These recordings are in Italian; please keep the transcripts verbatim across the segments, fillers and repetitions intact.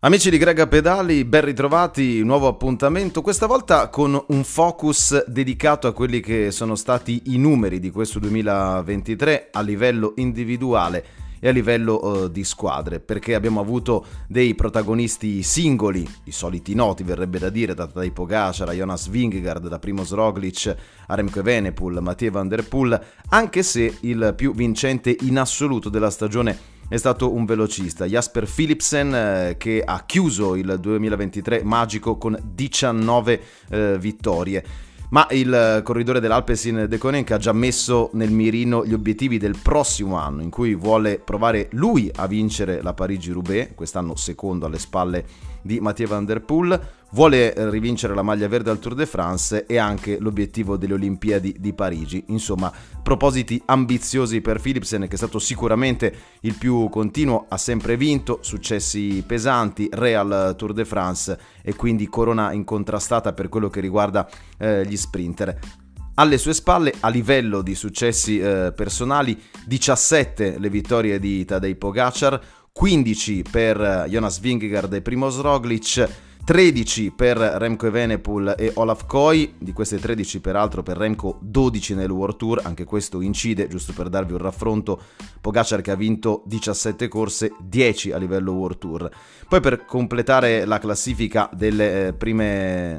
Amici di Grega Pedali, ben ritrovati, nuovo appuntamento, questa volta con un focus dedicato a quelli che sono stati i numeri di questo duemilaventitré a livello individuale e a livello uh, di squadre, perché abbiamo avuto dei protagonisti singoli, i soliti noti verrebbe da dire, da Tadej Pogačar a Jonas Vingegaard, da Primož Roglič a Remco Evenepoel, Mathieu van der Poel, anche se il più vincente in assoluto della stagione è stato un velocista, Jasper Philipsen, eh, che ha chiuso il duemilaventitré magico con diciannove eh, vittorie. Ma il corridore dell'Alpecin Deceuninck ha già messo nel mirino gli obiettivi del prossimo anno, in cui vuole provare lui a vincere la Parigi-Roubaix, quest'anno secondo alle spalle di Mathieu van der Poel, vuole rivincere la maglia verde al Tour de France e anche l'obiettivo delle Olimpiadi di Parigi. Insomma, propositi ambiziosi per Philipsen, che è stato sicuramente il più continuo, ha sempre vinto, successi pesanti, re al Tour de France e quindi corona incontrastata per quello che riguarda eh, gli sprinter. Alle sue spalle, a livello di successi eh, personali, diciassette le vittorie di Tadej Pogačar, quindici per Jonas Vingegaard e Primož Roglič, tredici per Remco Evenepoel e Olaf Koy, di queste tredici peraltro per Remco dodici nel World Tour, anche questo incide, giusto per darvi un raffronto, Pogačar che ha vinto diciassette corse, dieci a livello World Tour. Poi per completare la classifica delle eh, prime...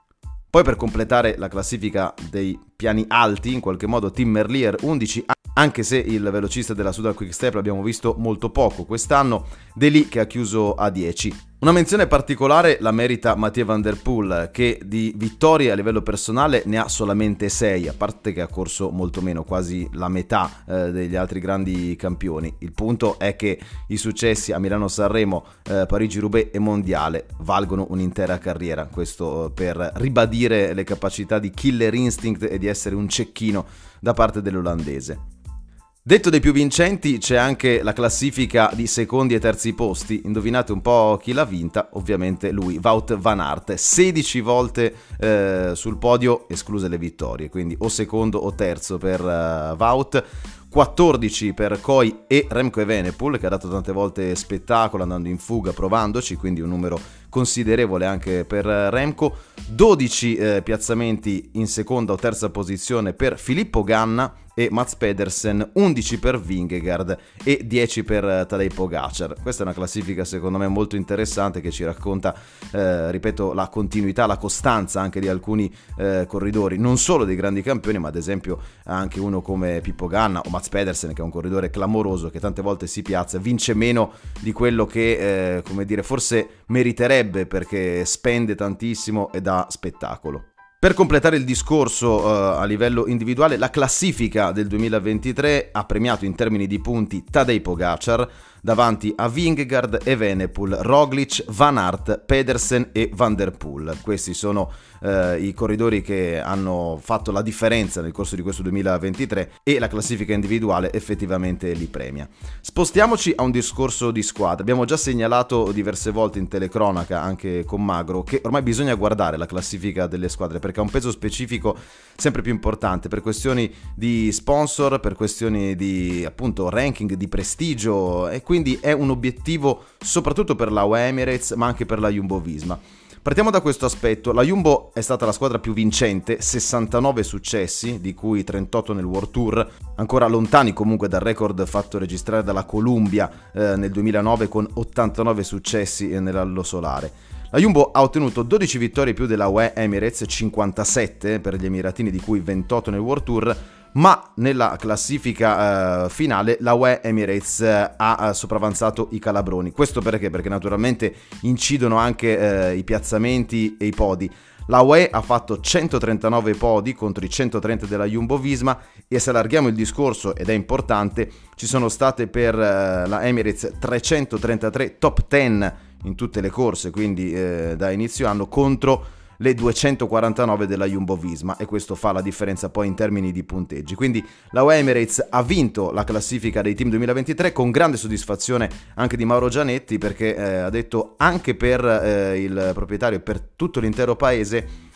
Poi per completare la classifica dei piani alti, in qualche modo Tim Merlier undici, anche se il velocista della Soudal Quick-Step l'abbiamo visto molto poco quest'anno, De Ligt che ha chiuso a dieci. Una menzione particolare la merita Mathieu van der Poel, che di vittorie a livello personale ne ha solamente sei, a parte che ha corso molto meno, quasi la metà eh, degli altri grandi campioni. Il punto è che i successi a Milano-Sanremo, eh, Parigi-Roubaix e Mondiale valgono un'intera carriera, questo per ribadire le capacità di killer instinct e di essere un cecchino da parte dell'olandese. Detto dei più vincenti, c'è anche la classifica di secondi e terzi posti. Indovinate un po' chi l'ha vinta? Ovviamente lui, Wout van Aert, sedici volte eh, sul podio, escluse le vittorie, quindi o secondo o terzo per uh, Wout, quattordici per Koy e Remco Evenepoel, che ha dato tante volte spettacolo andando in fuga, provandoci, quindi un numero considerevole anche per Remco, dodici eh, piazzamenti in seconda o terza posizione per Filippo Ganna e Mads Pedersen, undici per Vingegaard e dieci per Tadej Pogačar. Questa è una classifica secondo me molto interessante che ci racconta, eh, ripeto, la continuità, la costanza anche di alcuni eh, corridori, non solo dei grandi campioni, ma ad esempio anche uno come Pippo Ganna o Mads Pedersen, che è un corridore clamoroso che tante volte si piazza, vince meno di quello che, eh, come dire, forse meriterebbe perché spende tantissimo e dà spettacolo. Per completare il discorso uh, a livello individuale, la classifica del duemilaventitré ha premiato in termini di punti Tadej Pogačar davanti a Vingegaard, Evenepoel, Roglič, Van Aert, Pedersen e Van der Poel. Questi sono uh, i corridori che hanno fatto la differenza nel corso di questo duemilaventitré e la classifica individuale effettivamente li premia. Spostiamoci a un discorso di squadra. Abbiamo già segnalato diverse volte in telecronaca, anche con Magro, che ormai bisogna guardare la classifica delle squadre perché ha un peso specifico sempre più importante per questioni di sponsor, per questioni di appunto ranking, di prestigio, e quindi è un obiettivo soprattutto per la U A E Emirates ma anche per la Jumbo-Visma. Partiamo da questo aspetto. La Jumbo è stata la squadra più vincente, sessantanove successi, di cui trentotto nel World Tour, ancora lontani comunque dal record fatto registrare dalla Columbia eh, nel duemilanove con ottantanove successi nell'Allo Solare. La Jumbo ha ottenuto dodici vittorie più della U A E Emirates, cinquantasette per gli emiratini, di cui ventotto nel World Tour, ma nella classifica uh, finale la U A E Emirates uh, ha uh, sopravanzato i calabroni. Questo perché? Perché naturalmente incidono anche uh, i piazzamenti e i podi. La U A E ha fatto centotrentanove podi contro i centotrenta della Jumbo-Visma e se allarghiamo il discorso, ed è importante, ci sono state per uh, la Emirates trecentotrentatré top dieci in tutte le corse, quindi eh, da inizio anno, contro le duecentoquarantanove della Jumbo-Visma, e questo fa la differenza poi in termini di punteggi. Quindi la U A E Emirates ha vinto la classifica dei team duemilaventitré con grande soddisfazione anche di Mauro Gianetti, perché eh, ha detto anche per eh, il proprietario e per tutto l'intero paese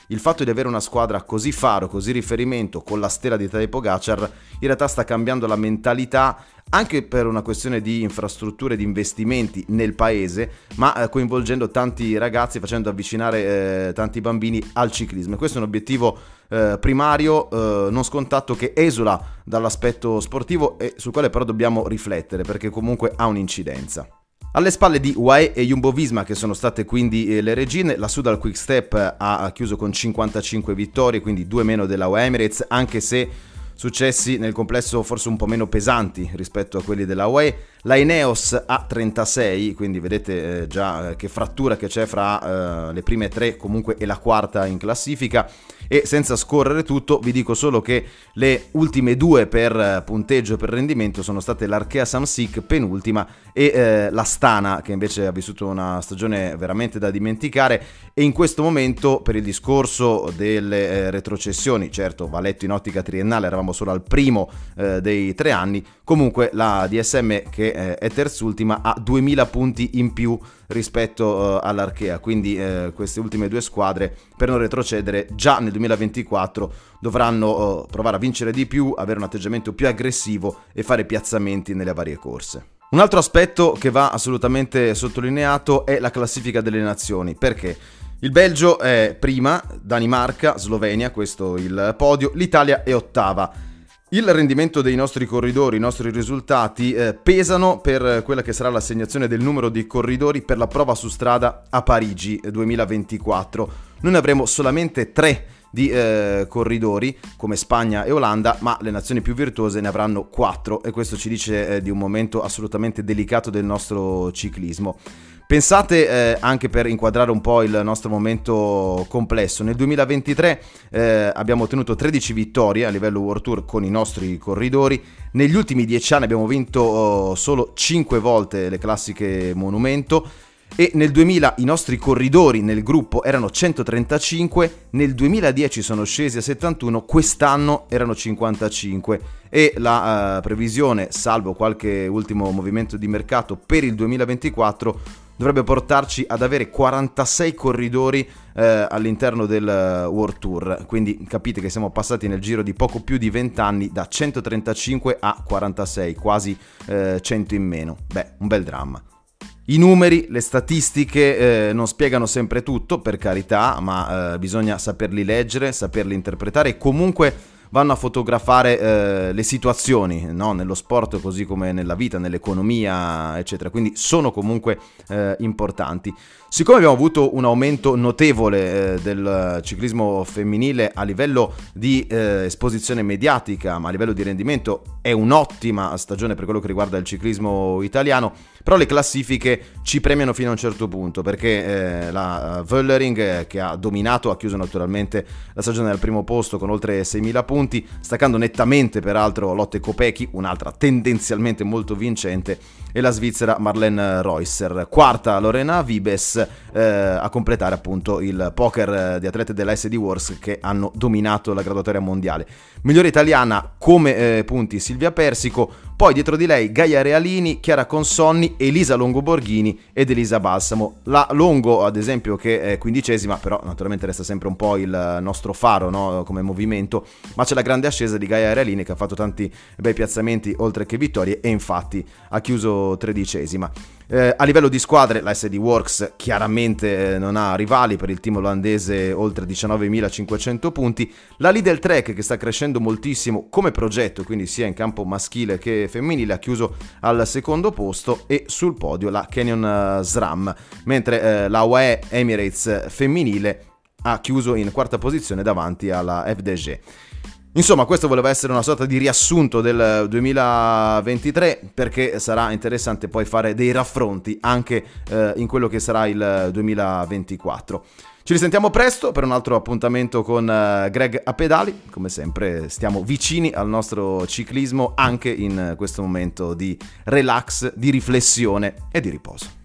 il fatto di avere una squadra così faro, così riferimento, con la stella di Tadej Pogačar, in realtà sta cambiando la mentalità, anche per una questione di infrastrutture, di investimenti nel paese, ma eh, coinvolgendo tanti ragazzi, facendo avvicinare eh, tanti bambini al ciclismo. E questo è un obiettivo eh, primario, eh, non scontato, che esula dall'aspetto sportivo e sul quale però dobbiamo riflettere, perché comunque ha un'incidenza. Alle spalle di U A E e Jumbo-Visma, che sono state quindi le regine, la Soudal Quick-Step ha chiuso con cinquantacinque vittorie, quindi due meno della U A E Emirates, anche se successi nel complesso forse un po' meno pesanti rispetto a quelli della U A E. La Ineos ha trentasei, quindi vedete eh, già che frattura che c'è fra eh, le prime tre comunque e la quarta in classifica. E senza scorrere tutto, vi dico solo che le ultime due per punteggio e per rendimento sono state l'Arkea Samsic, penultima, e eh, l'Astana, che invece ha vissuto una stagione veramente da dimenticare. E in questo momento, per il discorso delle eh, retrocessioni, certo va letto in ottica triennale, eravamo solo al primo eh, dei tre anni, comunque la D S M, che eh, è terzultima, ha duemila punti in più rispetto eh, all'Arkea, quindi eh, queste ultime due squadre, per non retrocedere, già nel duemilaventiquattro dovranno eh, provare a vincere di più, avere un atteggiamento più aggressivo e fare piazzamenti nelle varie corse. Un altro aspetto che va assolutamente sottolineato è la classifica delle nazioni. Perché? Il Belgio è prima, Danimarca, Slovenia, questo il podio, l'Italia è ottava. Il rendimento dei nostri corridori, i nostri risultati eh, pesano per quella che sarà l'assegnazione del numero di corridori per la prova su strada a Parigi duemilaventiquattro. Noi ne avremo solamente tre di eh, corridori come Spagna e Olanda, ma le nazioni più virtuose ne avranno quattro, e questo ci dice eh, di un momento assolutamente delicato del nostro ciclismo. Pensate eh, anche per inquadrare un po' il nostro momento complesso. Nel duemilaventitré eh, abbiamo ottenuto tredici vittorie a livello World Tour con i nostri corridori. Negli ultimi dieci anni abbiamo vinto oh, solo cinque volte le classiche Monumento. E nel duemila i nostri corridori nel gruppo erano centotrentacinque, nel duemiladieci sono scesi a settantuno, quest'anno erano cinquantacinque, e la uh, previsione, salvo qualche ultimo movimento di mercato, per il duemilaventiquattro dovrebbe portarci ad avere quarantasei corridori eh, all'interno del World Tour. Quindi capite che siamo passati nel giro di poco più di venti anni da centotrentacinque a quarantasei, quasi eh, cento in meno. Beh, un bel dramma. I numeri, le statistiche eh, non spiegano sempre tutto, per carità, ma eh, bisogna saperli leggere, saperli interpretare, e comunque vanno a fotografare eh, le situazioni, no? Nello sport così come nella vita, nell'economia, eccetera. Quindi sono comunque eh, importanti. Siccome abbiamo avuto un aumento notevole eh, del ciclismo femminile a livello di eh, esposizione mediatica, ma a livello di rendimento è un'ottima stagione per quello che riguarda il ciclismo italiano, però le classifiche ci premiano fino a un certo punto, perché eh, la Völlering, eh, che ha dominato, ha chiuso naturalmente la stagione al primo posto con oltre seimila punti, staccando nettamente peraltro Lotte Kopecky, un'altra tendenzialmente molto vincente, e la svizzera Marlene Reusser. Quarta Lorena Vibes, eh, a completare appunto il poker di atlete della S D Works, che hanno dominato la graduatoria mondiale. Migliore italiana come eh, punti Silvia Persico, poi dietro di lei Gaia Realini, Chiara Consonni, Elisa Longo Borghini ed Elisa Balsamo. La Longo, ad esempio, che è quindicesima, però naturalmente resta sempre un po' il nostro faro, no? Come movimento, ma c'è la grande ascesa di Gaia Realini, che ha fatto tanti bei piazzamenti oltre che vittorie, e infatti ha chiuso tredicesima. Eh, a livello di squadre la S D Works chiaramente eh, non ha rivali, per il team olandese oltre diciannovemilacinquecento punti. La Lidl Trek, che sta crescendo moltissimo come progetto, quindi sia in campo maschile che femminile, ha chiuso al secondo posto, e sul podio la Canyon SRAM, mentre eh, la U A E Emirates femminile ha chiuso in quarta posizione davanti alla F D G. Insomma, questo voleva essere una sorta di riassunto del duemilaventitré, perché sarà interessante poi fare dei raffronti anche eh, in quello che sarà il duemilaventiquattro. Ci risentiamo presto per un altro appuntamento con uh, Greg a pedali. Come sempre stiamo vicini al nostro ciclismo anche in questo momento di relax, di riflessione e di riposo.